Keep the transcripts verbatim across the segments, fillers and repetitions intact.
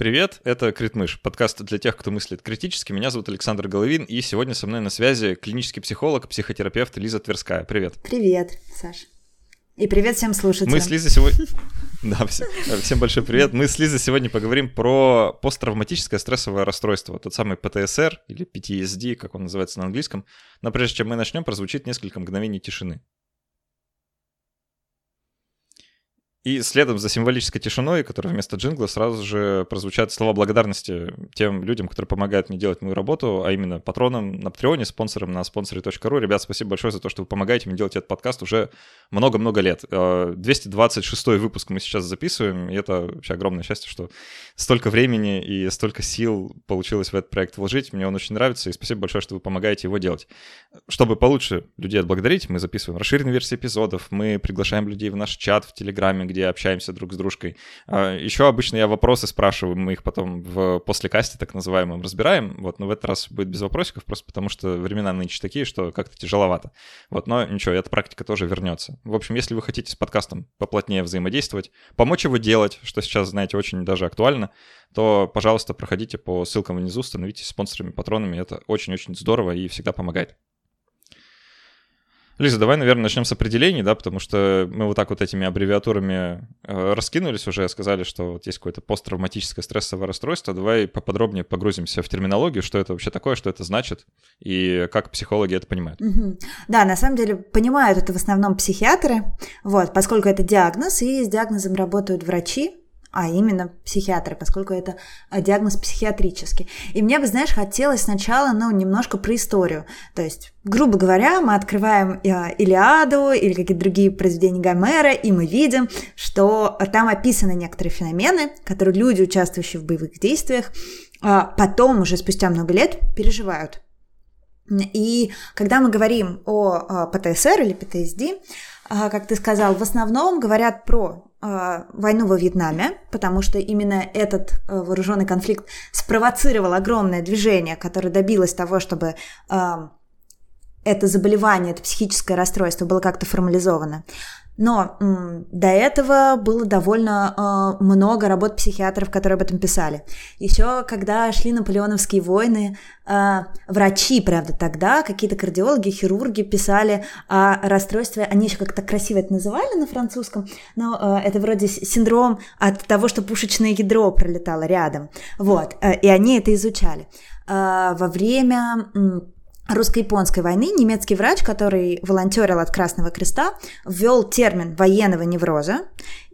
Привет, это Критмыш, подкаст для тех, кто мыслит критически. Меня зовут Александр Головин, и сегодня со мной на связи клинический психолог, психотерапевт Лиза Тверская. Привет. Привет, Саш. И привет всем слушателям. Мы с Лизой сегодня... Да, всем, всем большой привет. Мы с Лизой сегодня поговорим про посттравматическое стрессовое расстройство, тот самый пэ тэ эс эр или пи ти эс ди, как он называется на английском. Но прежде чем мы начнем, прозвучит несколько мгновений тишины. И следом за символической тишиной, которая вместо джингла, сразу же прозвучат слова благодарности тем людям, которые помогают мне делать мою работу, а именно патронам на Патреоне, спонсорам на спонсоре точка ру. Ребят, спасибо большое за то, что вы помогаете мне делать этот подкаст уже много-много лет. двести двадцать шестой выпуск мы сейчас записываем, и это вообще огромное счастье, что столько времени и столько сил получилось в этот проект вложить. Мне он очень нравится, и спасибо большое, что вы помогаете его делать. Чтобы получше людей отблагодарить, мы записываем расширенные версии эпизодов, мы приглашаем людей в наш чат в Телеграме, где общаемся друг с дружкой. Еще обычно я вопросы спрашиваю, мы их потом в послекасте так называемом разбираем, вот, но в этот раз будет без вопросиков, просто потому что времена нынче такие, что как-то тяжеловато. Вот, но ничего, эта практика тоже вернется. В общем, если вы хотите с подкастом поплотнее взаимодействовать, помочь его делать, что сейчас, знаете, очень даже актуально, то, пожалуйста, проходите по ссылкам внизу, становитесь спонсорами, патронами, это очень-очень здорово и всегда помогает. Лиза, давай, наверное, начнем с определений, да, потому что мы вот так вот этими аббревиатурами э, раскинулись уже, сказали, что вот есть какое-то посттравматическое стрессовое расстройство. Давай поподробнее погрузимся в терминологию, что это вообще такое, что это значит и как психологи это понимают. Угу. Да, на самом деле понимают это в основном психиатры, вот, поскольку это диагноз, и с диагнозом работают врачи, а именно психиатры, поскольку это диагноз психиатрический. И мне бы, знаешь, хотелось сначала, ну, немножко про историю. То есть, грубо говоря, мы открываем Илиаду или какие-то другие произведения Гомера, и мы видим, что там описаны некоторые феномены, которые люди, участвующие в боевых действиях, потом, уже спустя много лет, переживают. И когда мы говорим о пэ тэ эс эр или пи ти эс ди, как ты сказал, в основном говорят про войну во Вьетнаме, потому что именно этот вооруженный конфликт спровоцировал огромное движение, которое добилось того, чтобы это заболевание, это психическое расстройство было как-то формализовано. Но м, до этого было довольно э, много работ психиатров, которые об этом писали. Еще когда шли наполеоновские войны, э, врачи, правда, тогда, какие-то кардиологи, хирурги писали о расстройстве, они еще как-то красиво это называли на французском, но э, это вроде синдром от того, что пушечное ядро пролетало рядом. Вот, э, и они это изучали. Э, во время... М, русско-японской войны немецкий врач, который волонтерил от Красного Креста, ввел термин военного невроза,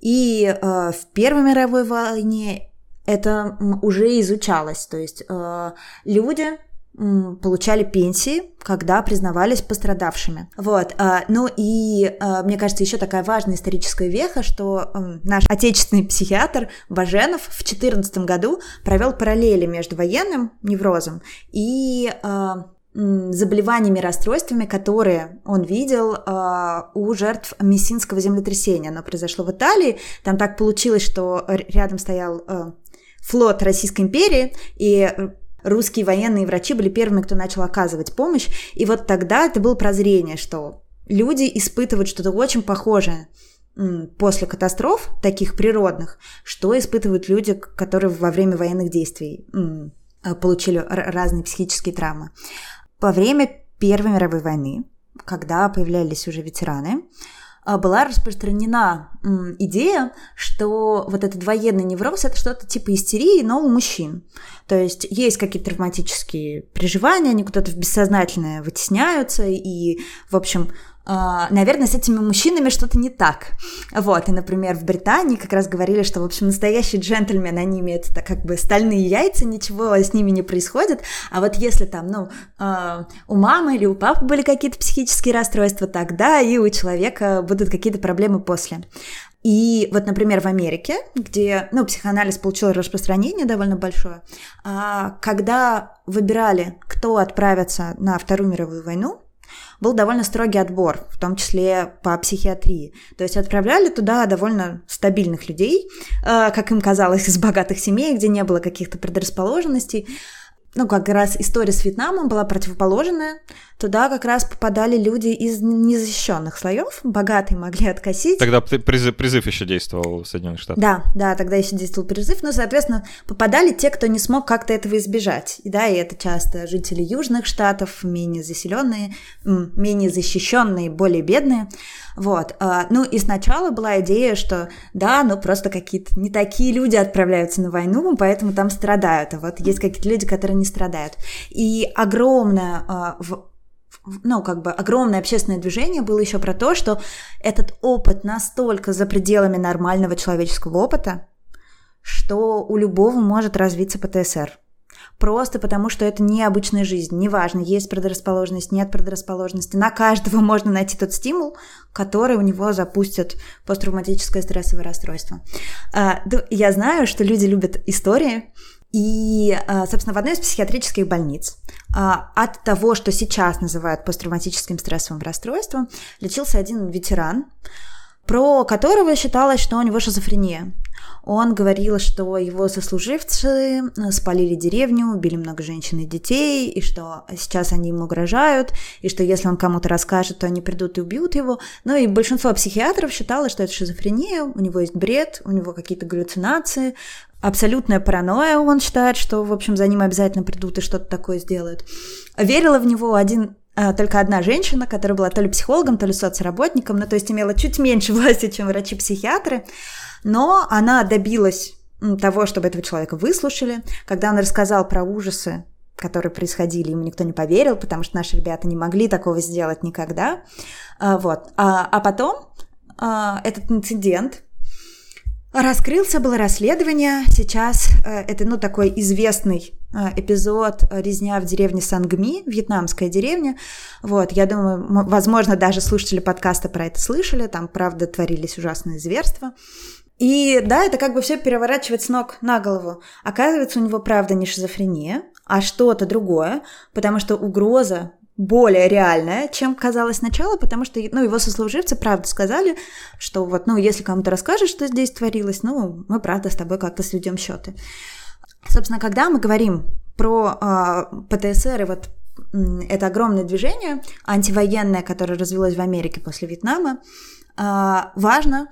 и э, в Первой мировой войне это уже изучалось, то есть э, люди м, получали пенсии, когда признавались пострадавшими. Вот, э, ну и э, мне кажется, еще такая важная историческая веха, что э, наш отечественный психиатр Баженов в две тысячи четырнадцатом году провел параллели между военным неврозом и э, заболеваниями, расстройствами, которые он видел э, у жертв Мессинского землетрясения. Оно произошло в Италии. Там так получилось, что рядом стоял э, флот Российской империи, и русские военные врачи были первыми, кто начал оказывать помощь. И вот тогда это было прозрение, что люди испытывают что-то очень похожее после катастроф, таких природных, что испытывают люди, которые во время военных действий получили разные психические травмы. Во время Первой мировой войны, когда появлялись уже ветераны, была распространена идея, что вот этот военный невроз – это что-то типа истерии, но у мужчин. То есть есть какие-то травматические переживания, они куда-то в бессознательное вытесняются, и, в общем, наверное, с этими мужчинами что-то не так. Вот, и, например, в Британии как раз говорили, что, в общем, настоящие джентльмены, они имеют это как бы стальные яйца, ничего с ними не происходит, а вот если там, ну, у мамы или у папы были какие-то психические расстройства, тогда и у человека будут какие-то проблемы после. И вот, например, в Америке, где, ну, психоанализ получил распространение довольно большое, когда выбирали, кто отправится на Вторую мировую войну, был довольно строгий отбор, в том числе по психиатрии. То есть отправляли туда довольно стабильных людей, как им казалось, из богатых семей, где не было каких-то предрасположенностей. ну, как раз история с Вьетнамом была противоположная. Туда как раз попадали люди из незащищенных слоев, богатые могли откосить. Тогда призыв, призыв еще действовал в Соединенных Штатах. Да, да, тогда еще действовал призыв, но, соответственно, попадали те, кто не смог как-то этого избежать. И, да, и это часто жители южных штатов, менее заселенные, менее защищенные, более бедные. Вот. Ну и сначала была идея, что да, ну просто какие-то не такие люди отправляются на войну, поэтому там страдают. А вот есть какие-то люди, которые не страдают. И огромное, ну как бы огромное общественное движение было еще про то, что этот опыт настолько за пределами нормального человеческого опыта, что у любого может развиться ПТСР. Просто потому, что это необычная жизнь. Неважно, есть предрасположенность, нет предрасположенности. На каждого можно найти тот стимул, который у него запустит посттравматическое стрессовое расстройство. Я знаю, что люди любят истории. И, собственно, в одной из психиатрических больниц от того, что сейчас называют посттравматическим стрессовым расстройством, лечился один ветеран, про которого считалось, что у него шизофрения. Он говорил, что его сослуживцы спалили деревню, убили много женщин и детей, и что сейчас они ему угрожают, и что если он кому-то расскажет, то они придут и убьют его. Ну и большинство психиатров считало, что это шизофрения, у него есть бред, у него какие-то галлюцинации, абсолютная паранойя, он считает, что, в общем, за ним обязательно придут и что-то такое сделают. Верила в него один... только одна женщина, которая была то ли психологом, то ли соцработником, ну, то есть имела чуть меньше власти, чем врачи-психиатры, но она добилась того, чтобы этого человека выслушали. Когда он рассказал про ужасы, которые происходили, ему никто не поверил, потому что наши ребята не могли такого сделать никогда. Вот. А, а потом а, этот инцидент раскрылся, было расследование. Сейчас э, это, ну, такой известный э, эпизод «Резня в деревне Сангми», вьетнамская деревня. Вот, я думаю, м- возможно, даже слушатели подкаста про это слышали. Там, правда, творились ужасные зверства. И да, это как бы все переворачивает с ног на голову. Оказывается, у него, правда, не шизофрения, а что-то другое, потому что угроза более реальная, чем казалось сначала, потому что, ну, его сослуживцы правда сказали, что вот, ну, если кому-то расскажешь, что здесь творилось, ну, мы, правда, с тобой как-то сведем счеты. Собственно, когда мы говорим про э, ПТСР и вот э, это огромное движение антивоенное, которое развилось в Америке после Вьетнама, э, важно,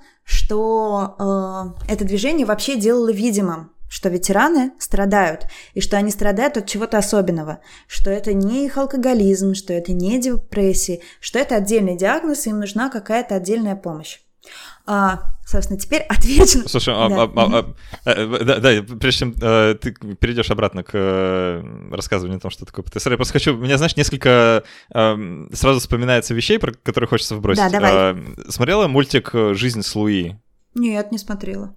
что э, это движение вообще делало видимым, что ветераны страдают, и что они страдают от чего-то особенного, что это не их алкоголизм, что это не депрессия, что это отдельный диагноз, и им нужна какая-то отдельная помощь. А, собственно, теперь отвечу... Слушай, да. а, а, а, а, да, да, прежде чем а, ты перейдешь обратно к а, рассказыванию о том, что такое ПТСР, я просто хочу... У меня, знаешь, несколько а, сразу вспоминается вещей, про которые хочется вбросить. Да, давай. А, смотрела мультик «Жизнь с Луи»? Нет, не смотрела.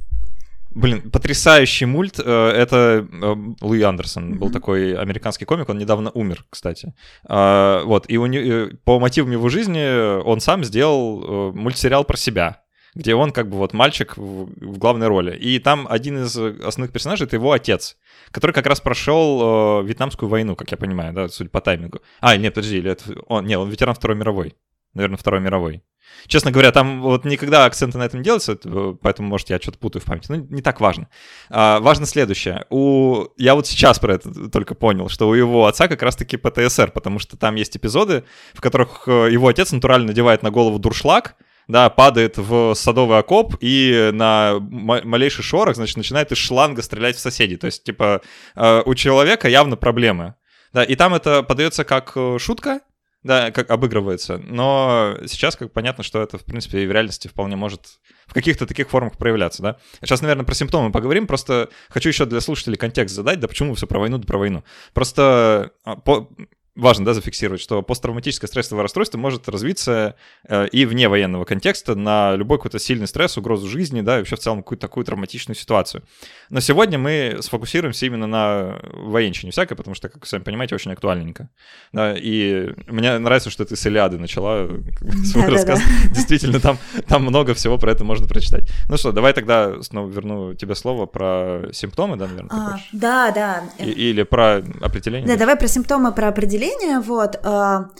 Блин, потрясающий мульт. Это Луи Андерсон, mm-hmm. был такой американский комик, он недавно умер, кстати. Вот, и у него, по мотивам его жизни он сам сделал мультсериал про себя, где он как бы вот мальчик в главной роли. И там один из основных персонажей — это его отец, который как раз прошел Вьетнамскую войну, как я понимаю, да, судя по таймингу. А, нет, подожди, или это... он, нет, он ветеран Второй мировой. Наверное, Второй мировой. Честно говоря, там вот никогда акценты на этом не делаются, поэтому, может, я что-то путаю в памяти. Ну, не так важно. А, важно следующее. У... Я вот сейчас про это только понял, что у его отца как раз-таки ПТСР, потому что там есть эпизоды, в которых его отец натурально надевает на голову дуршлаг, да, падает в садовый окоп и на малейший шорох, значит, начинает из шланга стрелять в соседей. То есть, типа, у человека явно проблемы. Да, и там это подается как шутка, да, как обыгрывается, но сейчас как понятно, что это, в принципе, и в реальности вполне может в каких-то таких формах проявляться, да. Сейчас, наверное, про симптомы поговорим, просто хочу еще для слушателей контекст задать, да почему все про войну, да про войну. Просто по... важно, да, зафиксировать, что посттравматическое стрессовое расстройство может развиться э, и вне военного контекста на любой какой-то сильный стресс, угрозу жизни, да, и вообще в целом какую-то такую травматичную ситуацию. Но сегодня мы сфокусируемся именно на военщине всякой, потому что, как вы сами понимаете, очень актуальненько. Да, и мне нравится, что ты с Илиады начала свой рассказ. Действительно, там, там много всего про это можно прочитать. Ну что, давай тогда снова верну тебе слово про симптомы, да, наверное, а, да, да. И, или про определение. Да, давай про симптомы, про определение. Вот,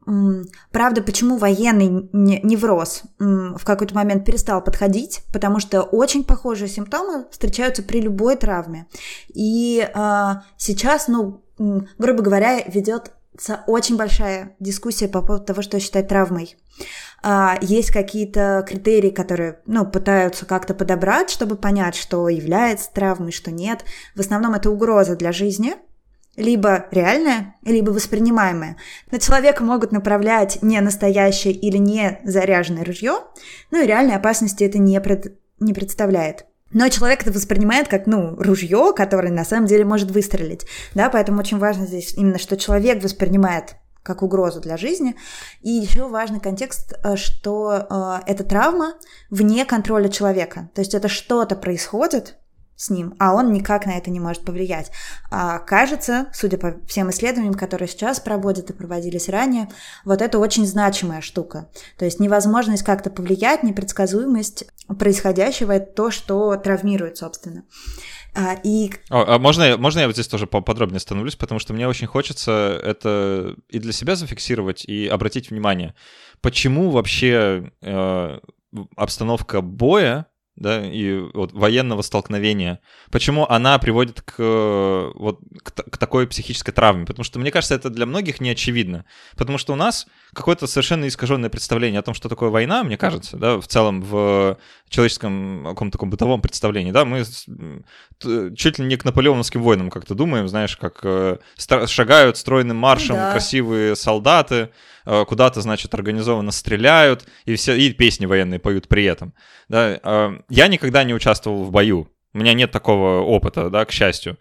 Правда, почему военный невроз в какой-то момент перестал подходить? Потому что очень похожие симптомы встречаются при любой травме. И а, сейчас, ну, грубо говоря, ведется очень большая дискуссия по поводу того, что считать травмой. А, есть какие-то критерии, которые, ну, пытаются как-то подобрать, чтобы понять, что является травмой, что нет. В основном это угроза для жизни. Либо реальное, либо воспринимаемое. На человека могут направлять не настоящее или не заряженное ружье, ну и реальной опасности это не, пред... не представляет. Но человек это воспринимает как, ну, ружье, которое на самом деле может выстрелить. Да, поэтому очень важно здесь именно, что человек воспринимает как угрозу для жизни. И еще важный контекст, что э, эта травма вне контроля человека. То есть это что-то происходит с ним, а он никак на это не может повлиять. А кажется, судя по всем исследованиям, которые сейчас проводят и проводились ранее, вот это очень значимая штука. То есть невозможность как-то повлиять, непредсказуемость происходящего – это то, что травмирует, собственно. А, и... а, а можно, можно я вот здесь тоже поподробнее остановлюсь, потому что мне очень хочется это и для себя зафиксировать, и обратить внимание, почему вообще э, обстановка боя, да, и вот военного столкновения, почему она приводит к, вот, к, к такой психической травме? Потому что, мне кажется, это для многих не очевидно. Потому что у нас какое-то совершенно искаженное представление о том, что такое война, мне кажется, да, в целом в человеческом каком-то таком бытовом представлении, да, мы чуть ли не к наполеоновским войнам как-то думаем, знаешь, как шагают стройным маршем да. красивые солдаты, куда-то, значит, организованно стреляют, и все, и песни военные поют при этом. Да. Я никогда не участвовал в бою. У меня нет такого опыта, да, к счастью.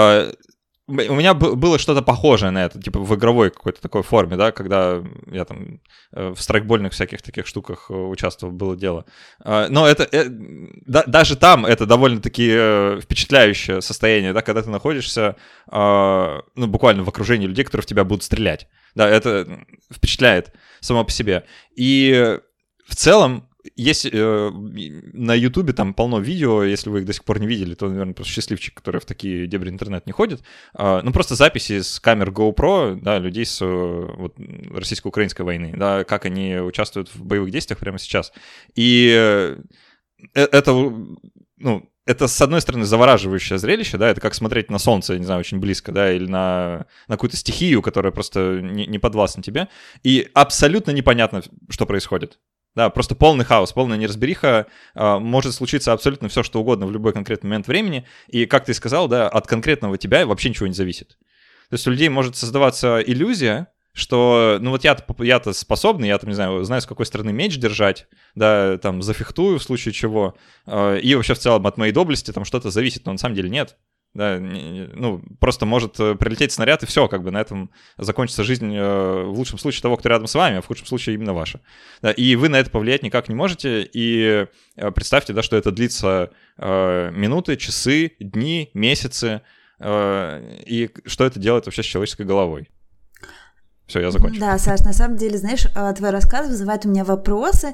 У меня было что-то похожее на это, типа в игровой какой-то такой форме, да, когда я там в страйкбольных всяких таких штуках участвовал, было дело. Но это, это даже там это довольно-таки впечатляющее состояние, да, когда ты находишься, ну, буквально в окружении людей, которые в тебя будут стрелять. Да, это впечатляет само по себе. И в целом есть э, на Ютубе там полно видео, если вы их до сих пор не видели, то, наверное, просто счастливчик, который в такие дебри интернет не ходит. Э, ну, просто записи с камер GoPro, да, людей с вот, российско-украинской войны, да, как они участвуют в боевых действиях прямо сейчас. И э, это, ну, это, с одной стороны, завораживающее зрелище, да, это как смотреть на солнце, я не знаю, очень близко, да, или на, на какую-то стихию, которая просто не, не подвластна тебе, и абсолютно непонятно, что происходит. Да, просто полный хаос, полная неразбериха, э, может случиться абсолютно все, что угодно в любой конкретный момент времени, и, как ты сказал, да, от конкретного тебя вообще ничего не зависит. То есть у людей может создаваться иллюзия, что, ну вот я-то, я-то способный, я там, не знаю, знаю, с какой стороны меч держать, да, там, зафехтую в случае чего, э, и вообще в целом от моей доблести там что-то зависит, но на самом деле нет. Да, ну, просто может прилететь снаряд, и все, как бы на этом закончится жизнь э, в лучшем случае того, кто рядом с вами, а в худшем случае именно ваша. Да, и вы на это повлиять никак не можете, и э, представьте, да, что это длится э, минуты, часы, дни, месяцы, э, и что это делает вообще с человеческой головой. Все, я закончил. Да, Саш, на самом деле, знаешь, твой рассказ вызывает у меня вопросы.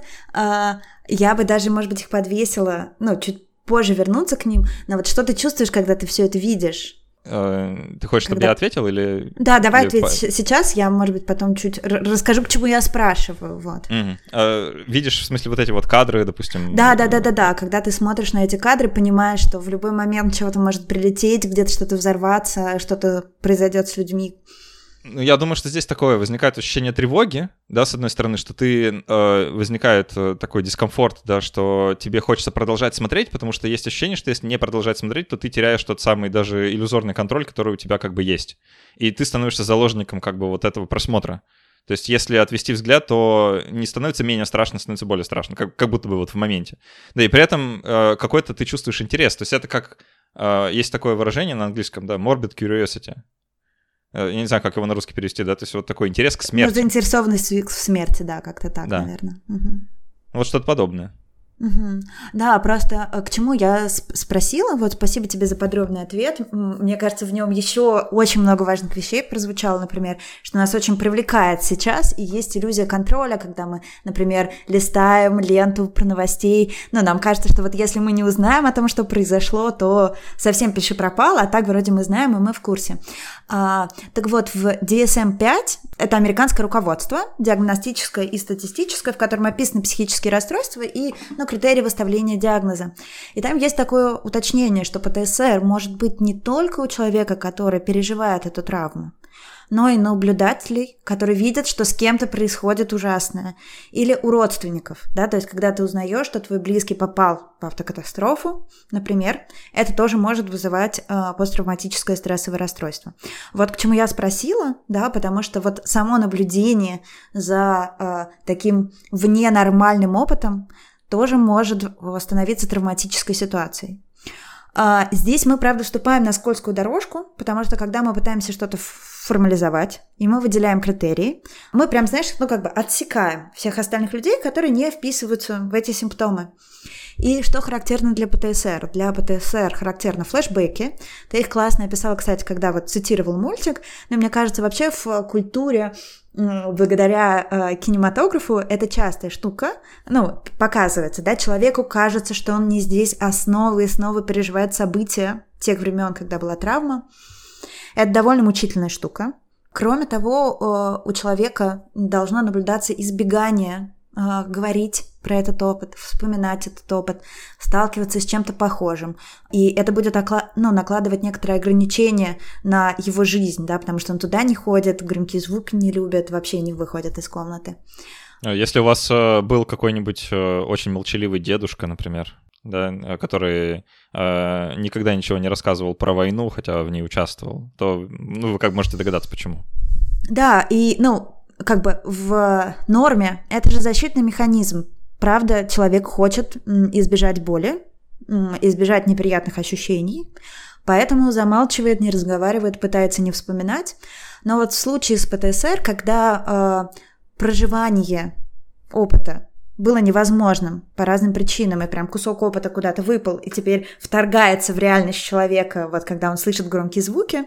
Я бы даже, может быть, их подвесила, ну, чуть позже вернуться к ним. Но вот что ты чувствуешь, когда ты все это видишь? Ты хочешь, чтобы когда... я ответил или... Да, давай или... ответь сейчас, я, может быть, потом чуть расскажу, к чему я спрашиваю, вот. Угу. А, видишь, в смысле, вот эти вот кадры, допустим... Да, да, да, да, да, когда ты смотришь на эти кадры, понимаешь, что в любой момент чего-то может прилететь, где-то что-то взорваться, что-то произойдет с людьми. Я думаю, что здесь такое возникает ощущение тревоги, да, с одной стороны, что ты, э, возникает такой дискомфорт, да, что тебе хочется продолжать смотреть, потому что есть ощущение, что если не продолжать смотреть, то ты теряешь тот самый даже иллюзорный контроль, который у тебя как бы есть. И ты становишься заложником как бы вот этого просмотра. То есть если отвести взгляд, то не становится менее страшно, становится более страшно, как, как будто бы вот в моменте. Да, и при этом э, какой-то ты чувствуешь интерес. То есть это как, э, есть такое выражение на английском, да, morbid curiosity. Я не знаю, как его на русский перевести, да, то есть вот такой интерес к смерти. Ну, заинтересованность в смерти, да, как-то так, да. Наверное. Угу. Вот что-то подобное. Угу. Да, просто к чему я спросила, вот спасибо тебе за подробный ответ. Мне кажется, в нем еще очень много важных вещей прозвучало, например, что нас очень привлекает сейчас, и есть иллюзия контроля, когда мы, например, листаем ленту про новостей, но нам кажется, что вот если мы не узнаем о том, что произошло, то совсем пиши пропало, а так вроде мы знаем, и мы в курсе. А, так вот, в ди эс эм пять, это американское руководство, диагностическое и статистическое, в котором описаны психические расстройства и, ну, критерии выставления диагноза. И там есть такое уточнение, что пэ тэ эс эр может быть не только у человека, который переживает эту травму, но и наблюдателей, которые видят, что с кем-то происходит ужасное, или у родственников, да, то есть когда ты узнаешь, что твой близкий попал в автокатастрофу, например, это тоже может вызывать э, посттравматическое стрессовое расстройство. Вот к чему я спросила, да, потому что вот само наблюдение за э, таким вненормальным опытом тоже может становиться травматической ситуацией. А здесь мы, правда, вступаем на скользкую дорожку, потому что когда мы пытаемся что-то формализовать, и мы выделяем критерии, мы прям, знаешь, ну как бы отсекаем всех остальных людей, которые не вписываются в эти симптомы. И что характерно для пэ тэ эс эр? Для пэ тэ эс эр характерны флешбеки. Ты их классно описала, кстати, когда вот цитировал мультик, но мне кажется, вообще в культуре благодаря э, кинематографу это частая штука, ну, показывается, да, человеку кажется, что он не здесь, а снова и снова переживает события тех времен, когда была травма. Это довольно мучительная штука. Кроме того, э, у человека должно наблюдаться избегание э, говорить про этот опыт, вспоминать этот опыт, сталкиваться с чем-то похожим. И это будет окла- ну, накладывать некоторые ограничения на его жизнь, да, потому что он туда не ходит, громкие звуки не любит, вообще не выходит из комнаты. Если у вас э, был какой-нибудь э, очень молчаливый дедушка, например, да, который э, никогда ничего не рассказывал про войну, хотя в ней участвовал, то ну, вы как можете догадаться, почему. Да, и, ну, как бы в норме это же защитный механизм. Правда, человек хочет избежать боли, избежать неприятных ощущений, поэтому замалчивает, не разговаривает, пытается не вспоминать. Но вот в случае с пэ тэ эс эр, когда э, проживание опыта было невозможным по разным причинам, и прям кусок опыта куда-то выпал, и теперь вторгается в реальность человека, вот когда он слышит громкие звуки,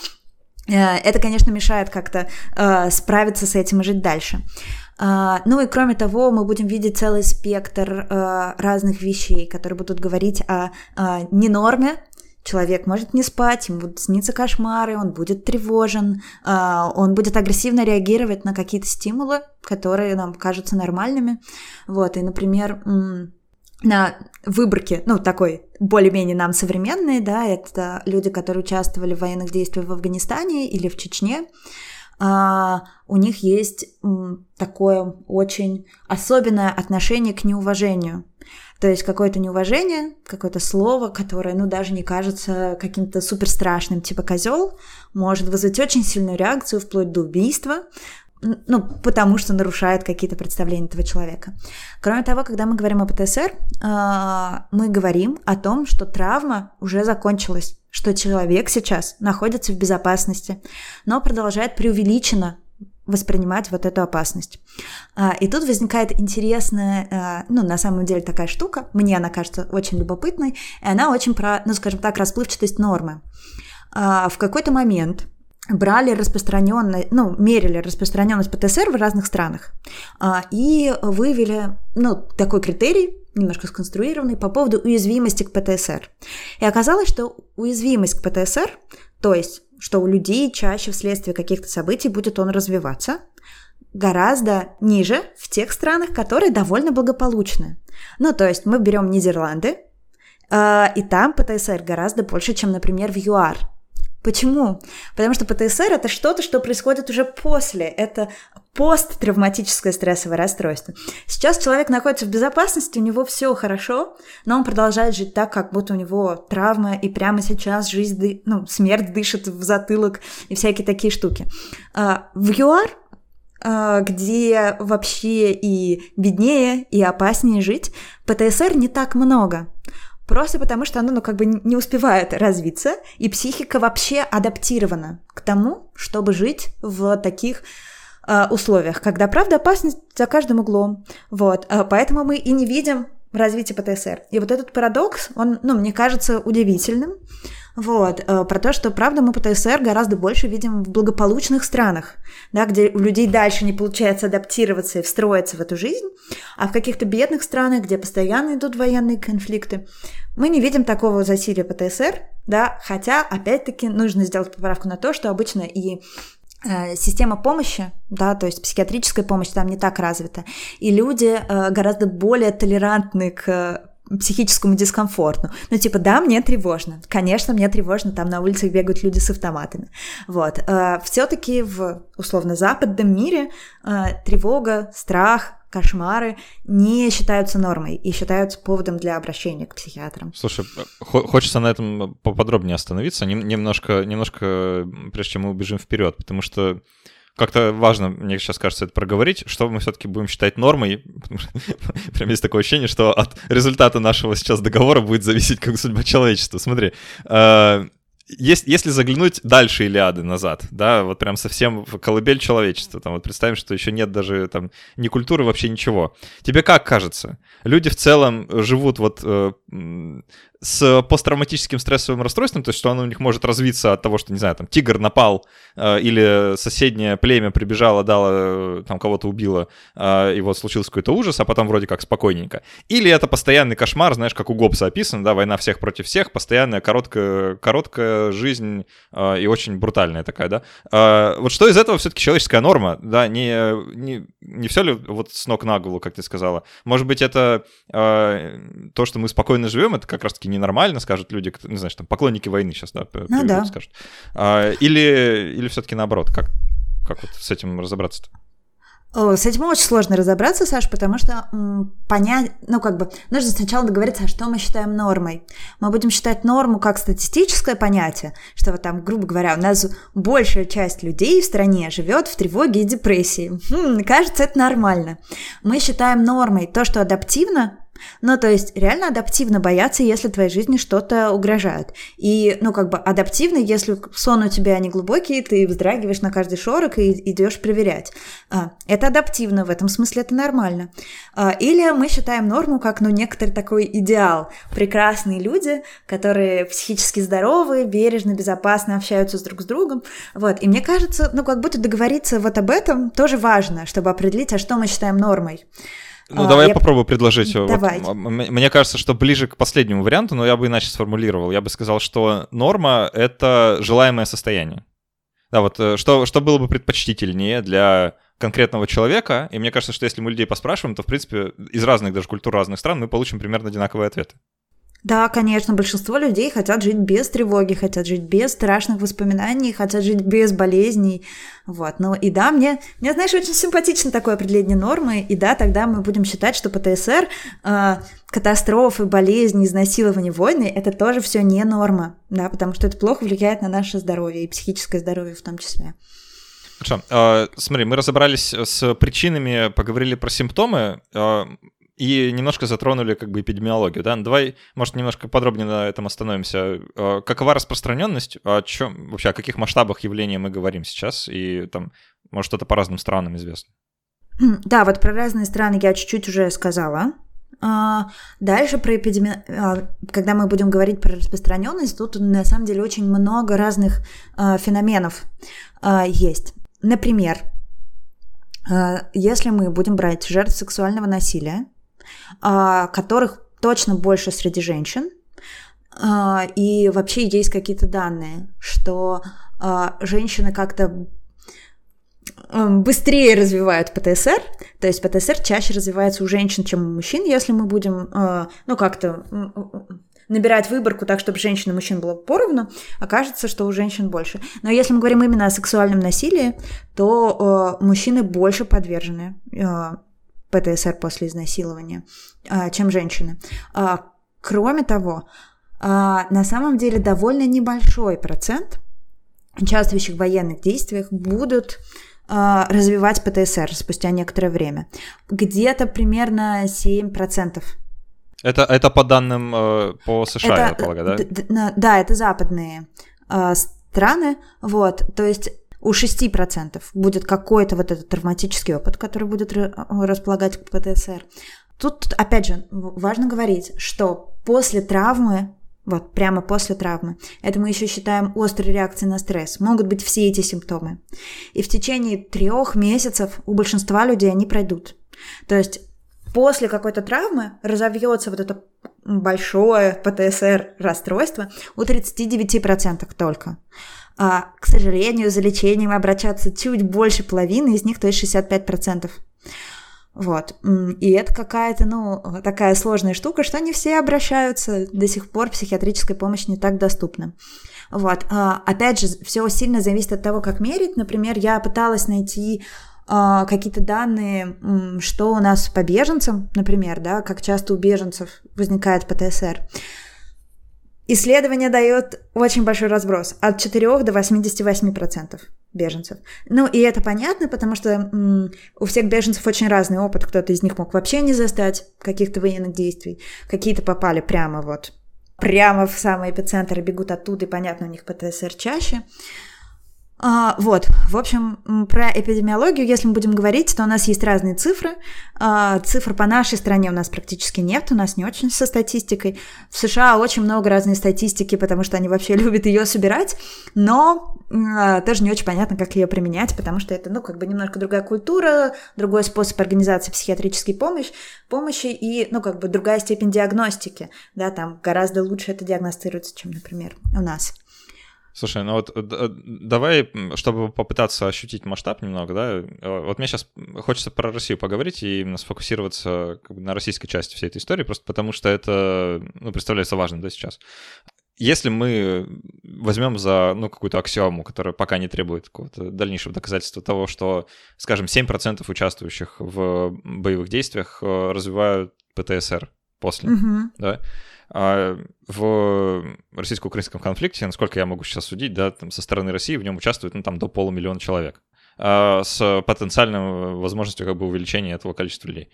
э, это, конечно, мешает как-то э, справиться с этим и жить дальше. Uh, ну и кроме того, мы будем видеть целый спектр uh, разных вещей, которые будут говорить о uh, ненорме. Человек может не спать, ему будут сниться кошмары, он будет тревожен, uh, он будет агрессивно реагировать на какие-то стимулы, которые нам кажутся нормальными. Вот, и, например, м- на выборке, ну, такой более-менее нам современные, да, это люди, которые участвовали в военных действиях в Афганистане или в Чечне. Uh, у них есть м, такое очень особенное отношение к неуважению. То есть какое-то неуважение, какое-то слово, которое, ну, даже не кажется каким-то супер страшным, типа козел, может вызвать очень сильную реакцию, вплоть до убийства, ну, потому что нарушает какие-то представления этого человека. Кроме того, когда мы говорим о пэ тэ эс эр, uh, мы говорим о том, что травма уже закончилась, что человек сейчас находится в безопасности, но продолжает преувеличенно воспринимать вот эту опасность. И тут возникает интересная, ну, на самом деле такая штука, мне она кажется очень любопытной, и она очень про, ну, скажем так, расплывчатость нормы. В какой-то момент брали распространенность, ну, мерили распространенность пэ тэ эс эр в разных странах и выявили, ну, такой критерий, немножко сконструированный, по поводу уязвимости к пэ тэ эс эр. И оказалось, что уязвимость к пэ тэ эс эр, то есть, что у людей чаще вследствие каких-то событий будет он развиваться, гораздо ниже в тех странах, которые довольно благополучны. Ну, то есть, мы берем Нидерланды, и там пэ тэ эс эр гораздо больше, чем, например, в ЮАР. Почему? Потому что пэ тэ эс эр – это что-то, что происходит уже после. Это посттравматическое стрессовое расстройство. Сейчас человек находится в безопасности, у него все хорошо, но он продолжает жить так, как будто у него травма, и прямо сейчас жизнь, ды... ну, смерть дышит в затылок и всякие такие штуки. В ЮАР, где вообще и беднее, и опаснее жить, пэ тэ эс эр не так много. Просто потому, что оно, ну, как бы не успевает развиться, и психика вообще адаптирована к тому, чтобы жить в таких э, условиях, когда, правда, опасность за каждым углом. Вот. Поэтому мы и не видим в развитии ПТСР. И вот этот парадокс, он, ну, мне кажется, удивительным. Вот, э, про то, что, правда, мы ПТСР гораздо больше видим в благополучных странах, да, где у людей дальше не получается адаптироваться и встроиться в эту жизнь, а в каких-то бедных странах, где постоянно идут военные конфликты, мы не видим такого засилия ПТСР, да, хотя, опять-таки, нужно сделать поправку на то, что обычно и э, система помощи, да, то есть психиатрическая помощь там не так развита, и люди э, гораздо более толерантны к психическому дискомфорту. Ну, типа, да, мне тревожно. Конечно, мне тревожно, там на улицах бегают люди с автоматами. Вот. Все-таки в, условно, западном мире тревога, страх, кошмары не считаются нормой и считаются поводом для обращения к психиатрам. Слушай, хочется на этом поподробнее остановиться, немножко, немножко прежде чем мы убежим вперед, потому что как-то важно, мне сейчас кажется, это проговорить, что мы все-таки будем считать нормой. Прям есть такое ощущение, что от результата нашего сейчас договора будет зависеть как судьба человечества. Смотри, если заглянуть дальше Илиады назад, да, вот прям совсем в колыбель человечества, там вот представим, что еще нет даже там ни культуры, вообще ничего. Тебе как кажется? Люди в целом живут вот э, с посттравматическим стрессовым расстройством, то есть что оно у них может развиться от того, что, не знаю, там тигр напал э, или соседнее племя прибежало, дало, э, там кого-то убило, э, и вот случился какой-то ужас, а потом вроде как спокойненько. Или это постоянный кошмар, знаешь, как у Гоббса описано, да, война всех против всех, постоянная короткая, короткая жизнь э, и очень брутальная такая, да. Э, вот что из этого все-таки человеческая норма, да, не, не, не все ли вот с ног на голову, как ты сказала? Может быть, это э, то, что мы спокойно живем, это как раз-таки ненормально, скажут люди, кто, не знаю, там, поклонники войны сейчас, да, ну, да. скажут. А, или, или все-таки наоборот, как, как вот с этим разобраться-то? О, с этим очень сложно разобраться, Саш, потому что м, понять, ну, как бы, нужно сначала договориться, а что мы считаем нормой. Мы будем считать норму как статистическое понятие, что вот там, грубо говоря, у нас большая часть людей в стране живет в тревоге и депрессии. Хм, кажется, это нормально. Мы считаем нормой то, что адаптивно, ну, то есть реально адаптивно бояться, если твоей жизни что-то угрожает. И, ну, как бы адаптивно, если сон у тебя не глубокий, ты вздрагиваешь на каждый шорох и идешь проверять. Это адаптивно, в этом смысле это нормально. Или мы считаем норму как, ну, некоторый такой идеал. Прекрасные люди, которые психически здоровы, бережно, безопасно общаются с друг с другом. Вот. И мне кажется, ну, как будто договориться вот об этом тоже важно, чтобы определить, а что мы считаем нормой. Ну, а, давай я, я попробую предложить. Давай. Вот, мне кажется, что ближе к последнему варианту, но я бы иначе сформулировал. Я бы сказал, что норма — это желаемое состояние. Да, вот что, что было бы предпочтительнее для конкретного человека, и мне кажется, что если мы людей поспрашиваем, то, в принципе, из разных даже культур, разных стран мы получим примерно одинаковые ответы. Да, конечно, большинство людей хотят жить без тревоги, хотят жить без страшных воспоминаний, хотят жить без болезней, вот, ну и да, мне, мне, знаешь, очень симпатично такое определение нормы, и да, тогда мы будем считать, что ПТСР, э, катастрофы, болезни, изнасилования, войны, это тоже все не норма, да, потому что это плохо влияет на наше здоровье, и психическое здоровье в том числе. Хорошо, э, смотри, мы разобрались с причинами, поговорили про симптомы, э, и немножко затронули как бы эпидемиологию, да? Давай, может, немножко подробнее на этом остановимся. Какова распространенность, о чем вообще, о каких масштабах явления мы говорим сейчас, и там, может, что-то по разным странам известно? Да, вот про разные страны я чуть-чуть уже сказала. Дальше про эпидемиологию, когда мы будем говорить про распространенность, тут на самом деле очень много разных феноменов есть. Например, если мы будем брать жертв сексуального насилия, которых точно больше среди женщин, и вообще есть какие-то данные, что женщины как-то быстрее развивают ПТСР, то есть ПТСР чаще развивается у женщин, чем у мужчин, если мы будем, ну, как-то набирать выборку так, чтобы женщин и мужчин было поровну, окажется, что у женщин больше. Но если мы говорим именно о сексуальном насилии, то мужчины больше подвержены ПТСР после изнасилования, чем женщины. Кроме того, на самом деле довольно небольшой процент участвующих в военных действиях будут развивать ПТСР спустя некоторое время. Где-то примерно семь процентов. Это, это по данным э, по США, это, я полагаю, да? Д- д- да, это западные э, страны, вот, то есть у шесть процентов будет какой-то вот этот травматический опыт, который будет располагать к ПТСР. тут, опять же, важно говорить, что после травмы, вот прямо после травмы, это мы еще считаем острой реакцией на стресс, могут быть все эти симптомы. И в течение трех месяцев у большинства людей они пройдут. То есть после какой-то травмы разовьется вот это большое пэ тэ эс эр расстройство у тридцать девять процентов только. А, к сожалению, за лечением обращаться чуть больше половины, из них, то есть шестьдесят пять процентов. Вот. И это какая-то, ну, такая сложная штука, что не все обращаются. До сих пор психиатрическая помощь не так доступна. Вот. А, опять же, все сильно зависит от того, как мерить. Например, я пыталась найти а, какие-то данные, что у нас по беженцам, например, да, как часто у беженцев возникает пэ тэ эс эр. Исследование дает очень большой разброс, от четырёх до восемьдесят восемь процентов беженцев. Ну, и это понятно, потому что м, у всех беженцев очень разный опыт. Кто-то из них мог вообще не застать каких-то военных действий, какие-то попали прямо вот, прямо в самый эпицентр и бегут оттуда, и понятно, у них пэ тэ эс эр чаще. А, вот, в общем, про эпидемиологию, если мы будем говорить, то у нас есть разные цифры. А, цифр по нашей стране у нас практически нет, у нас не очень со статистикой. В США очень много разной статистики, потому что они вообще любят ее собирать, но а, тоже не очень понятно, как ее применять, потому что это, ну, как бы немножко другая культура, другой способ организации психиатрической помощи, помощи и, ну, как бы другая степень диагностики, да, там гораздо лучше это диагностируется, чем, например, у нас. Слушай, ну вот давай, чтобы попытаться ощутить масштаб немного, да, вот мне сейчас хочется про Россию поговорить и именно сфокусироваться как бы на российской части всей этой истории, просто потому что это, ну, представляется важным, да, сейчас. Если мы возьмем за, ну, какую-то аксиому, которая пока не требует какого-то дальнейшего доказательства того, что, скажем, семь процентов участвующих в боевых действиях развивают пэ тэ эс эр после, mm-hmm. да, а в российско-украинском конфликте, насколько я могу сейчас судить, да, там со стороны России в нем участвует, ну, там до полумиллиона человек, а с потенциальной возможностью как бы увеличения этого количества людей.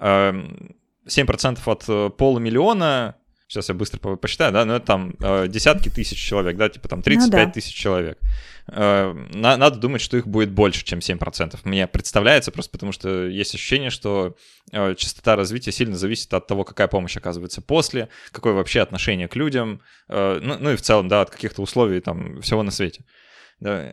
семь процентов от полумиллиона, сейчас я быстро посчитаю, да, но это там десятки тысяч человек, да, типа там тридцать пять ну, да. тысяч человек. Надо думать, что их будет больше, чем семь процентов. Мне представляется, просто потому что есть ощущение, что частота развития сильно зависит от того, какая помощь оказывается после, какое вообще отношение к людям, ну, ну и в целом, да, от каких-то условий там всего на свете. Да,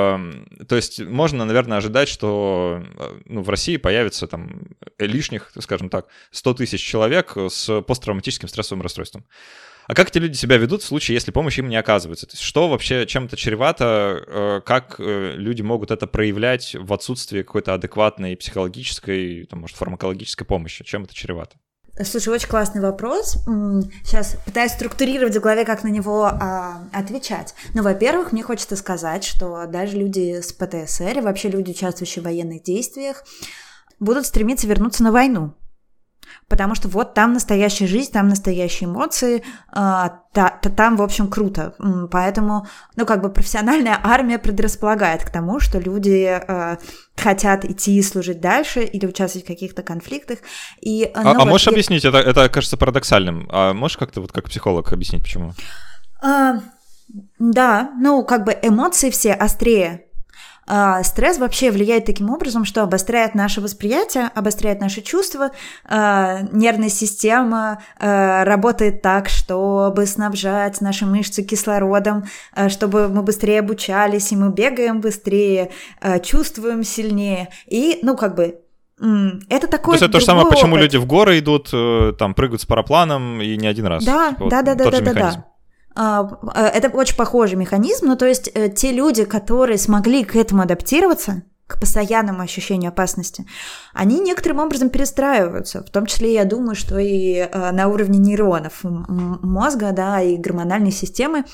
то есть можно, наверное, ожидать, что, ну, в России появится там лишних, скажем так, сто тысяч человек с посттравматическим стрессовым расстройством. А как эти люди себя ведут в случае, если помощь им не оказывается? То есть что вообще, чем это чревато, как люди могут это проявлять в отсутствии какой-то адекватной психологической, там, может, фармакологической помощи? Чем это чревато? Слушай, очень классный вопрос. Сейчас пытаюсь структурировать в голове, как на него а, отвечать. Ну, во-первых, мне хочется сказать, что даже люди с пэ тэ эс эр и вообще люди, участвующие в военных действиях, будут стремиться вернуться на войну. Потому что вот там настоящая жизнь, там настоящие эмоции, а, та, та, там, в общем, круто. Поэтому, ну, как бы профессиональная армия предрасполагает к тому, что люди а, хотят идти и служить дальше или участвовать в каких-то конфликтах. И, а ну, а вот можешь я... объяснить? Это, это кажется парадоксальным. А можешь как-то вот как психолог объяснить, почему? А, да, ну, как бы эмоции все острее. Uh, стресс вообще влияет таким образом, что обостряет наше восприятие, обостряет наши чувства, uh, нервная система uh, работает так, чтобы снабжать наши мышцы кислородом, uh, чтобы мы быстрее обучались, и мы бегаем быстрее, uh, чувствуем сильнее, и, ну, как бы, mm, это такой. То есть это то же самое, почему люди в горы идут, там, прыгают с парапланом, и не один раз. Да, типа, да, вот, да, да, да, да, да. Это очень похожий механизм, ну то есть те люди, которые смогли к этому адаптироваться, к постоянному ощущению опасности, они некоторым образом перестраиваются, в том числе, я думаю, что и на уровне нейронов мозга, да, и гормональной системы.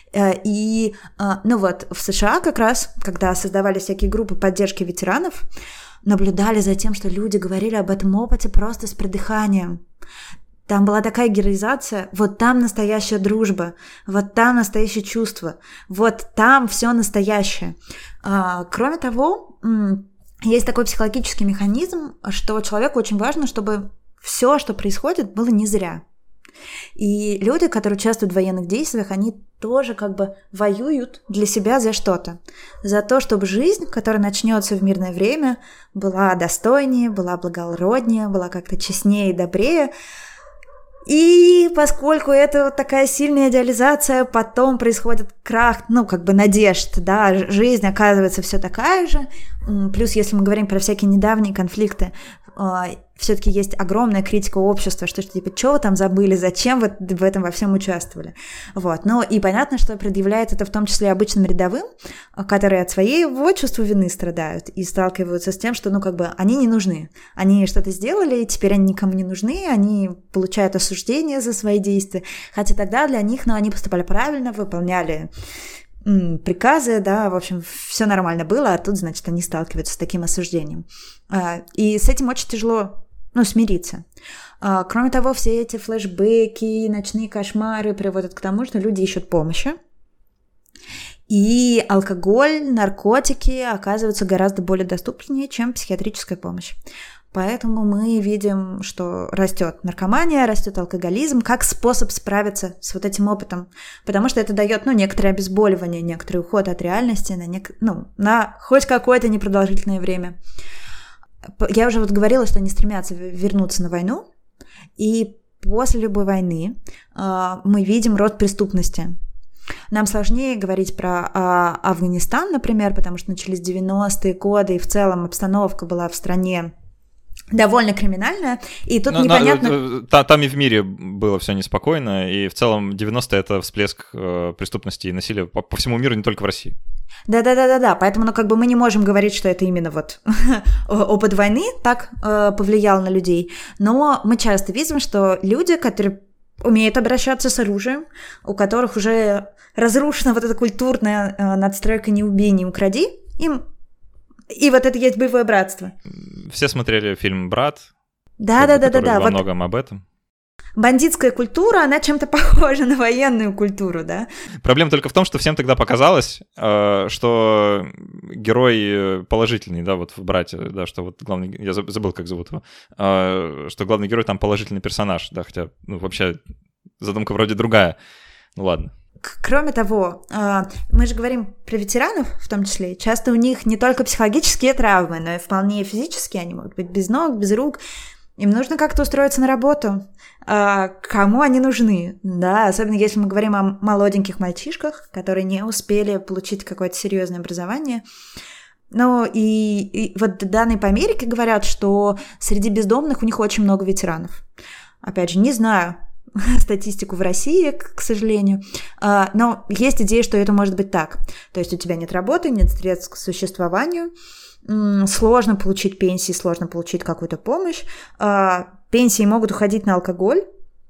И, ну вот, в США как раз, когда создавали всякие группы поддержки ветеранов, наблюдали за тем, что люди говорили об этом опыте просто с придыханием. Там была такая героизация, вот там настоящая дружба, вот там настоящее чувство, вот там все настоящее. А, кроме того, есть такой психологический механизм, что человеку очень важно, чтобы все, что происходит, было не зря. И люди, которые участвуют в военных действиях, они тоже как бы воюют для себя за что-то. За то, чтобы жизнь, которая начнется в мирное время, была достойнее, была благороднее, была как-то честнее и добрее. И поскольку это вот такая сильная идеализация, потом происходит крах, ну, как бы надежд, да, жизнь оказывается все такая же. Плюс, если мы говорим про всякие недавние конфликты, все-таки есть огромная критика общества, что типа, что вы там забыли, зачем вы в этом во всем участвовали. Вот. Ну, и понятно, что предъявляет это в том числе обычным рядовым, которые от своего чувства вины страдают и сталкиваются с тем, что, ну, как бы, они не нужны. Они что-то сделали, теперь они никому не нужны, они получают осуждение за свои действия, хотя тогда для них, ну, они поступали правильно, выполняли приказы, да, в общем, все нормально было, а тут, значит, они сталкиваются с таким осуждением. И с этим очень тяжело, ну, смириться. Кроме того, все эти флешбеки, ночные кошмары приводят к тому, что люди ищут помощи. И алкоголь, наркотики оказываются гораздо более доступнее, чем психиатрическая помощь. Поэтому мы видим, что растет наркомания, растет алкоголизм как способ справиться с вот этим опытом, потому что это дает, ну, некоторое обезболивание, некоторый уход от реальности на, нек... ну, на хоть какое-то непродолжительное время. Я уже вот говорила, что они стремятся вернуться на войну, и после любой войны э, мы видим рост преступности. Нам сложнее говорить про э, Афганистан, например, потому что начались девяностые годы, и в целом обстановка была в стране довольно криминальная, и тут но, непонятно... Но, та, там и в мире было все неспокойно, и в целом девяностые — это всплеск э, преступности и насилия по, по всему миру, не только в России. Да-да-да-да-да, поэтому, ну, как бы мы не можем говорить, что это именно вот опыт войны так э, повлиял на людей, но мы часто видим, что люди, которые умеют обращаться с оружием, у которых уже разрушена вот эта культурная э, надстройка «не убей, не укради», им и вот это есть боевое братство. Все смотрели фильм «Брат», да-да-да-да-да, во многом вот об этом. Бандитская культура, она чем-то похожа на военную культуру, да? Проблема только в том, что всем тогда показалось, что герой положительный, да, вот в «Брате», да, что вот главный, я забыл, как зовут его, что главный герой там положительный персонаж, да, хотя, ну, вообще задумка вроде другая. Ну, ладно. Кроме того, мы же говорим про ветеранов, в том числе, часто у них не только психологические травмы, но и вполне физические, они могут быть без ног, без рук, им нужно как-то устроиться на работу, кому они нужны, да, особенно если мы говорим о молоденьких мальчишках, которые не успели получить какое-то серьезное образование. Ну и, и вот данные по Америке говорят, что среди бездомных у них очень много ветеранов. Опять же, не знаю статистику в России, к сожалению, но есть идея, что это может быть так. То есть у тебя нет работы, нет средств к существованию, сложно получить пенсии, сложно получить какую-то помощь, пенсии могут уходить на алкоголь,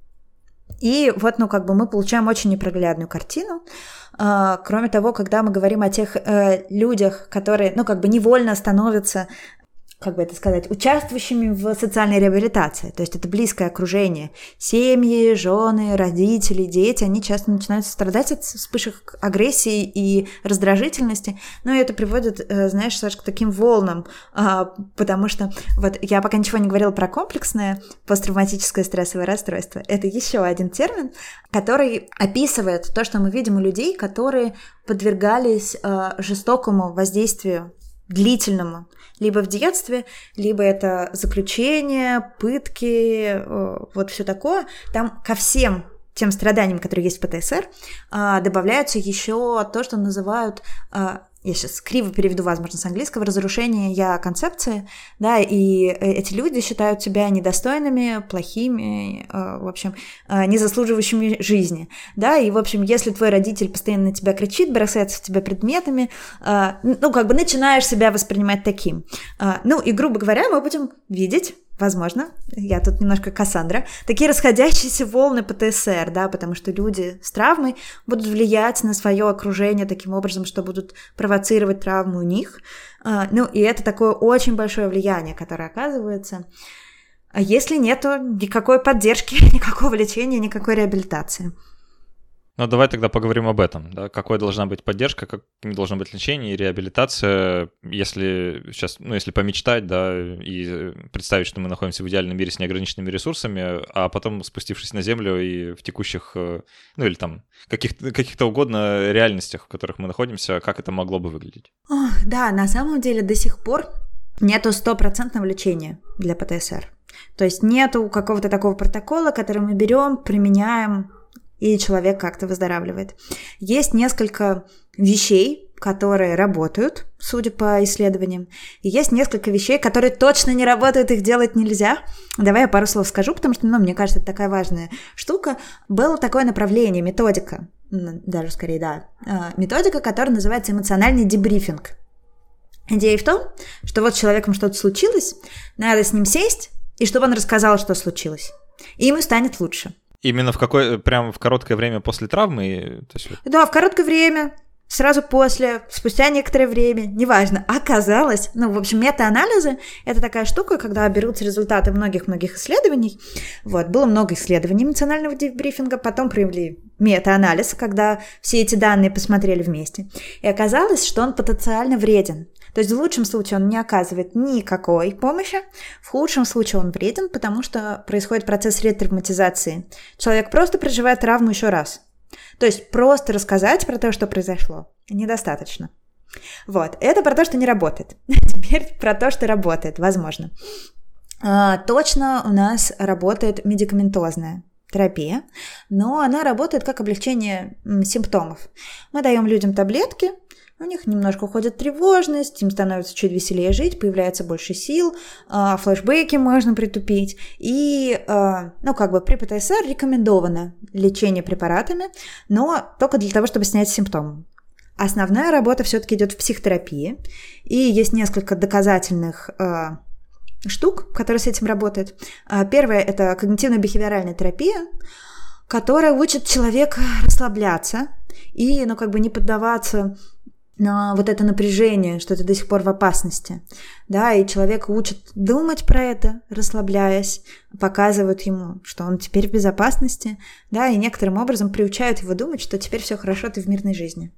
и вот, ну, как бы мы получаем очень непроглядную картину. Кроме того, когда мы говорим о тех людях, которые, ну, как бы невольно становятся, как бы это сказать, участвующими в социальной реабилитации. То есть это близкое окружение. Семьи, жены, родители, дети, они часто начинают страдать от вспышек агрессии и раздражительности. Но это приводит, знаешь, Саш, к таким волнам, потому что вот я пока ничего не говорила про комплексное посттравматическое стрессовое расстройство. Это еще один термин, который описывает то, что мы видим у людей, которые подвергались жестокому воздействию, длительному, либо в детстве, либо это заключение, пытки, вот все такое. Там ко всем тем страданиям, которые есть в ПТСР, добавляются еще то, что называют, я сейчас криво переведу, возможно, с английского, разрушение я-концепции, да, и эти люди считают себя недостойными, плохими, в общем, не заслуживающими жизни, да, и, в общем, если твой родитель постоянно на тебя кричит, бросается в тебя предметами, ну, как бы начинаешь себя воспринимать таким. Ну, и, грубо говоря, мы будем видеть, возможно, я тут немножко Кассандра, такие расходящиеся волны ПТСР, да, потому что люди с травмой будут влиять на свое окружение таким образом, что будут провоцировать травму у них. Ну, и это такое очень большое влияние, которое оказывается, если нету никакой поддержки, никакого лечения, никакой реабилитации. Ну, давай тогда поговорим об этом, да, какой должна быть поддержка, каким должно быть лечение и реабилитация, если сейчас, ну, если помечтать, да, и представить, что мы находимся в идеальном мире с неограниченными ресурсами, а потом спустившись на землю и в текущих, ну, или там каких-то, каких-то угодно реальностях, в которых мы находимся, как это могло бы выглядеть? Ох, да, на самом деле до сих пор нету стопроцентного лечения для пэ тэ эс эр. То есть нету какого-то такого протокола, который мы берем, применяем, и человек как-то выздоравливает. Есть несколько вещей, которые работают, судя по исследованиям, и есть несколько вещей, которые точно не работают, их делать нельзя. Давай я пару слов скажу, потому что, ну, мне кажется, это такая важная штука. Было такое направление, методика, даже скорее, да, методика, которая называется эмоциональный дебрифинг. Идея в том, что вот с человеком что-то случилось, надо с ним сесть, и чтобы он рассказал, что случилось, и ему станет лучше. Именно в какое, прям в короткое время после травмы? То есть... Да, в короткое время, сразу после, спустя некоторое время, неважно. Оказалось, ну, в общем, мета-анализы – это такая штука, когда берутся результаты многих-многих исследований. Вот, было много исследований эмоционального дебрифинга, потом провели мета-анализ, когда все эти данные посмотрели вместе. И оказалось, что он потенциально вреден. То есть в лучшем случае он не оказывает никакой помощи, в худшем случае он вреден, потому что происходит процесс ретравматизации. Человек просто переживает травму еще раз. То есть просто рассказать про то, что произошло, недостаточно. Вот, это про то, что не работает. Теперь про то, что работает, возможно. А, точно у нас работает медикаментозная терапия, но она работает как облегчение симптомов. Мы даем людям таблетки, у них немножко уходит тревожность, им становится чуть веселее жить, появляется больше сил, флешбеки можно притупить. И, ну, как бы при пэ тэ эс эр рекомендовано лечение препаратами, но только для того, чтобы снять симптомы. Основная работа все-таки идет в психотерапии, и есть несколько доказательных штук, которые с этим работают. Первое – это когнитивно-бихевиоральная терапия, которая учит человека расслабляться и, ну, как бы не поддаваться на вот это напряжение, что ты до сих пор в опасности, да, и человека учат думать про это, расслабляясь, показывают ему, что он теперь в безопасности, да, и некоторым образом приучают его думать, что теперь все хорошо, ты в мирной жизни.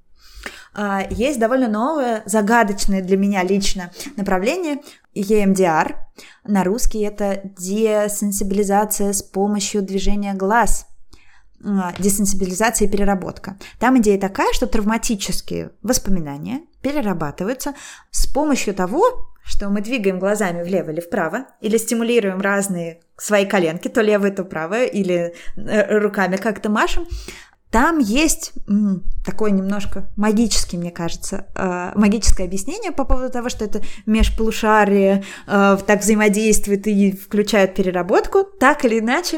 Есть довольно новое, загадочное для меня лично направление и эм ди ар, на русский это десенсибилизация с помощью движения глаз. Десенсибилизация и переработка. Там идея такая, что травматические воспоминания перерабатываются с помощью того, что мы двигаем глазами влево или вправо, или стимулируем разные свои коленки, то левое, то правое, или руками как-то машем. Там есть м, такое немножко магическое, мне кажется, э, магическое объяснение по поводу того, что это межполушарие э, так взаимодействует и включает переработку, так или иначе,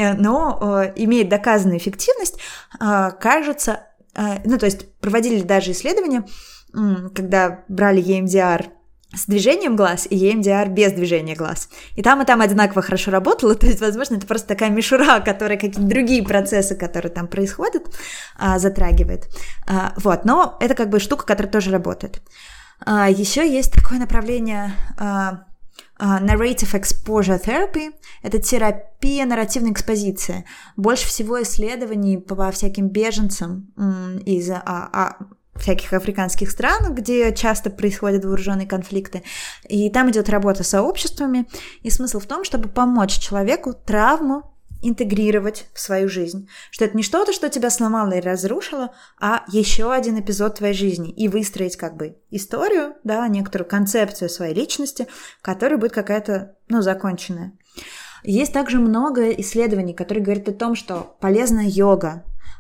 но э, имеет доказанную эффективность, э, кажется, э, ну, то есть проводили даже исследования, э, когда брали и эм ди ар с движением глаз и и эм ди ар без движения глаз. И там, и там одинаково хорошо работало, то есть, возможно, это просто такая мишура, которая какие-то другие процессы, которые там происходят, э, затрагивает. Э, вот, но это как бы штука, которая тоже работает. Э, еще есть такое направление... Э, Uh, narrative exposure therapy – это терапия нарративной экспозиции. Больше всего исследований по всяким беженцам м, из а, а, всяких африканских стран, где часто происходят вооруженные конфликты. И там идет работа с сообществами. И смысл в том, чтобы помочь человеку травму интегрировать в свою жизнь. Что это не что-то, что тебя сломало и разрушило, а еще один эпизод твоей жизни. И выстроить как бы историю, да, некоторую концепцию своей личности, которая будет какая-то, ну, законченная. Есть также много исследований, которые говорят о том, что полезна йога,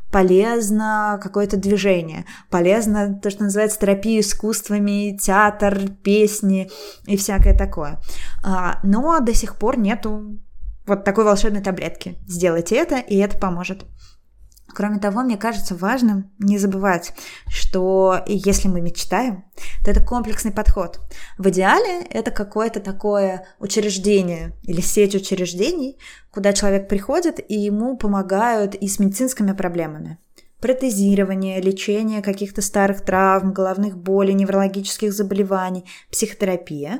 полезно какое-то движение, полезно то, что называется терапия искусствами, театр, песни и всякое такое. Но до сих пор нету вот такой волшебной таблетки. Сделайте это, и это поможет. Кроме того, мне кажется важным не забывать, что если мы мечтаем, то это комплексный подход. В идеале это какое-то такое учреждение или сеть учреждений, куда человек приходит, и ему помогают и с медицинскими проблемами. Протезирование, лечение каких-то старых травм, головных болей, неврологических заболеваний, психотерапия.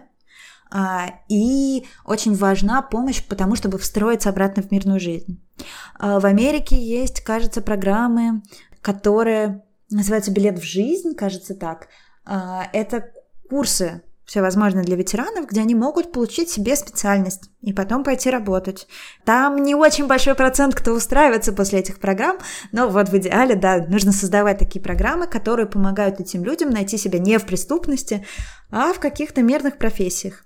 И очень важна помощь потому, чтобы встроиться обратно в мирную жизнь. В Америке есть, кажется, программы, которые называются «Билет в жизнь», кажется так. Это курсы всевозможные для ветеранов, где они могут получить себе специальность и потом пойти работать. Там не очень большой процент, кто устраивается после этих программ, но вот в идеале, да, нужно создавать такие программы, которые помогают этим людям найти себя не в преступности, а в каких-то мирных профессиях.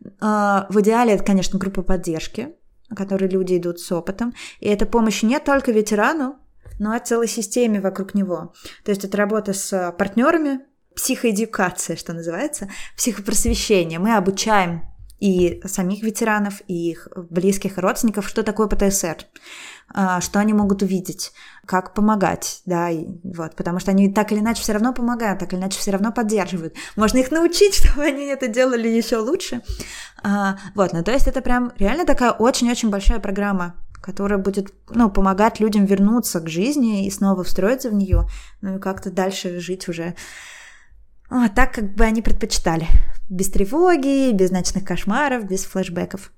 В идеале это, конечно, группа поддержки, в которой люди идут с опытом, и эта помощь не только ветерану, но и целой системе вокруг него. То есть это работа с партнерами, психоэдукация, что называется, психопросвещение. Мы обучаем и самих ветеранов, и их близких родственников, что такое ПТСР, что они могут увидеть, как помогать, да, и вот, потому что они так или иначе все равно помогают, так или иначе все равно поддерживают. Можно их научить, чтобы они это делали еще лучше. Вот, ну то есть это прям реально такая очень-очень большая программа, которая будет, ну, помогать людям вернуться к жизни и снова встроиться в нее, ну и как-то дальше жить уже О, так, как бы они предпочитали. Без тревоги, без ночных кошмаров, без флешбеков.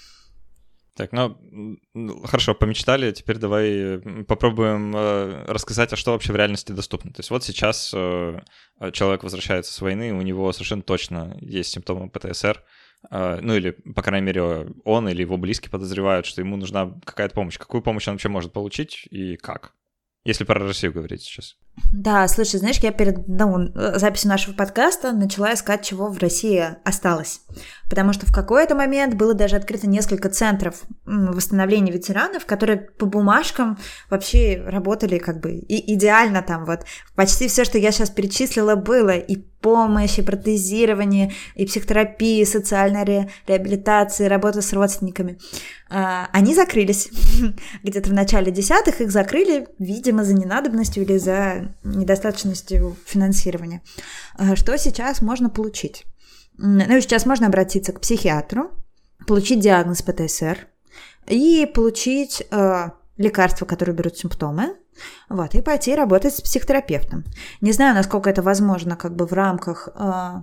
Так, ну, хорошо, помечтали, теперь давай попробуем э, рассказать, а что вообще в реальности доступно. То есть вот сейчас э, человек возвращается с войны, у него совершенно точно есть симптомы ПТСР, э, ну или, по крайней мере, он или его близкие подозревают, что ему нужна какая-то помощь. Какую помощь он вообще может получить и как? Если про Россию говорить сейчас. Да, слушай, знаешь, я перед ну, записью нашего подкаста начала искать, чего в России осталось. Потому что в какой-то момент было даже открыто несколько центров восстановления ветеранов, которые по бумажкам вообще работали как бы и идеально там вот. Почти все, что я сейчас перечислила, было. И помощь, и протезирование, и психотерапия, и социальная ре- реабилитация, и работа с родственниками. А, они закрылись. Где-то в начале десятых их закрыли, видимо, за ненадобностью или за недостаточностью финансирования. Что сейчас можно получить? Ну, сейчас можно обратиться к психиатру, получить диагноз ПТСР и получить э, лекарства, которые берут симптомы, вот, и пойти работать с психотерапевтом. Не знаю, насколько это возможно как бы в рамках э,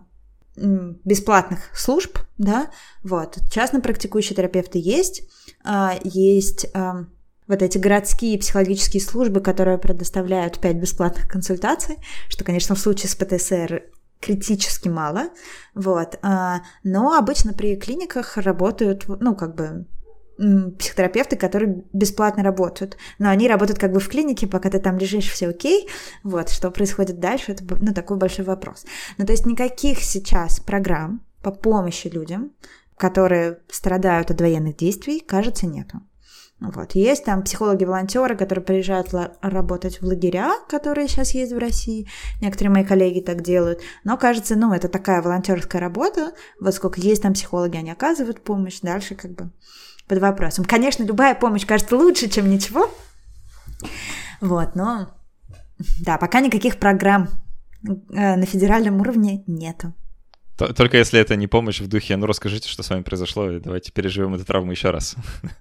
бесплатных служб, да, вот. Частно практикующие терапевты есть, э, есть... Э, вот эти городские психологические службы, которые предоставляют пять бесплатных консультаций, что, конечно, в случае с ПТСР критически мало, вот, но обычно при клиниках работают, ну, как бы, психотерапевты, которые бесплатно работают, но они работают как бы в клинике, пока ты там лежишь, все окей, вот, что происходит дальше, это, ну, такой большой вопрос. Ну, то есть никаких сейчас программ по помощи людям, которые страдают от военных действий, кажется, нету. Вот. Есть там психологи-волонтеры, которые приезжают ла- работать в лагеря, которые сейчас есть в России. Некоторые мои коллеги так делают. Но, кажется, ну, это такая волонтерская работа. Вот сколько есть там психологи, они оказывают помощь. Дальше как бы под вопросом. Конечно, любая помощь кажется лучше, чем ничего. Вот, но да, пока никаких программ э, на федеральном уровне нету. Только если это не помощь в духе, ну расскажите, что с вами произошло, и давайте переживем эту травму еще раз.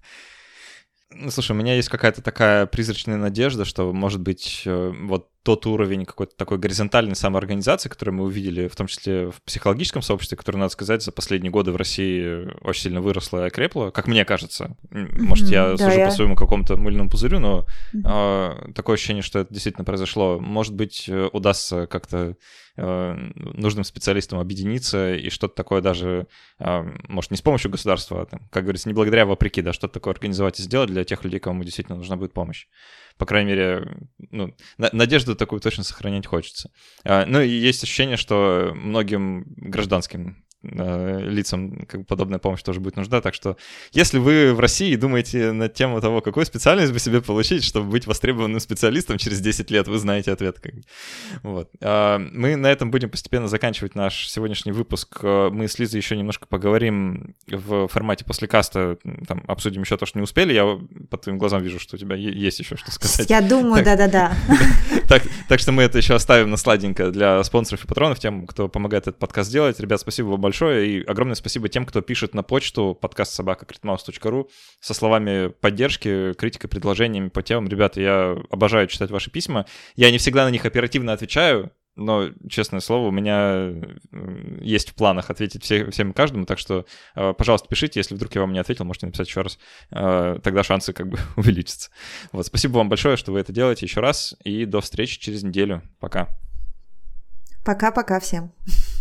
Ну, слушай, у меня есть какая-то такая призрачная надежда, что, может быть, вот тот уровень какой-то такой горизонтальной самоорганизации, который мы увидели, в том числе в психологическом сообществе, который, надо сказать, за последние годы в России очень сильно выросло и окрепло, как мне кажется. Может, mm-hmm, я да, сужу я... по своему какому-то мыльному пузырю, но mm-hmm. э, такое ощущение, что это действительно произошло. Может быть, удастся как-то э, нужным специалистам объединиться и что-то такое даже, э, может, не с помощью государства, а, там, как говорится, не благодаря, а вопреки, да, что-то такое организовать и сделать для тех людей, кому действительно нужна будет помощь. По крайней мере, ну, надежду такую точно сохранять хочется. Ну и есть ощущение, что многим гражданским лицам как бы подобная помощь тоже будет нужна. Так что если вы в России думаете на тему того, какую специальность бы себе получить, чтобы быть востребованным специалистом через десять лет, вы знаете ответ. Вот. Мы на этом будем постепенно заканчивать наш сегодняшний выпуск. Мы с Лизой еще немножко поговорим в формате после каста, там, обсудим еще то, что не успели. Я по твоим глазам вижу, что у тебя есть еще что сказать. Я думаю, да-да-да. Так, так что мы это еще оставим на сладенько для спонсоров и патронов, тем, кто помогает этот подкаст делать. Ребят, спасибо вам большое. Большое, и огромное спасибо тем, кто пишет на почту подкаст собака критмаус точка ру со словами поддержки, критикой, предложениями по темам. Ребята, я обожаю читать ваши письма. Я не всегда на них оперативно отвечаю, Но, честное слово, у меня есть в планах ответить все, всем и каждому, так что, пожалуйста, пишите, если вдруг я вам не ответил, можете написать еще раз, тогда шансы как бы увеличатся. Вот, спасибо вам большое, что вы это делаете еще раз, и до встречи через неделю. Пока. Пока-пока всем.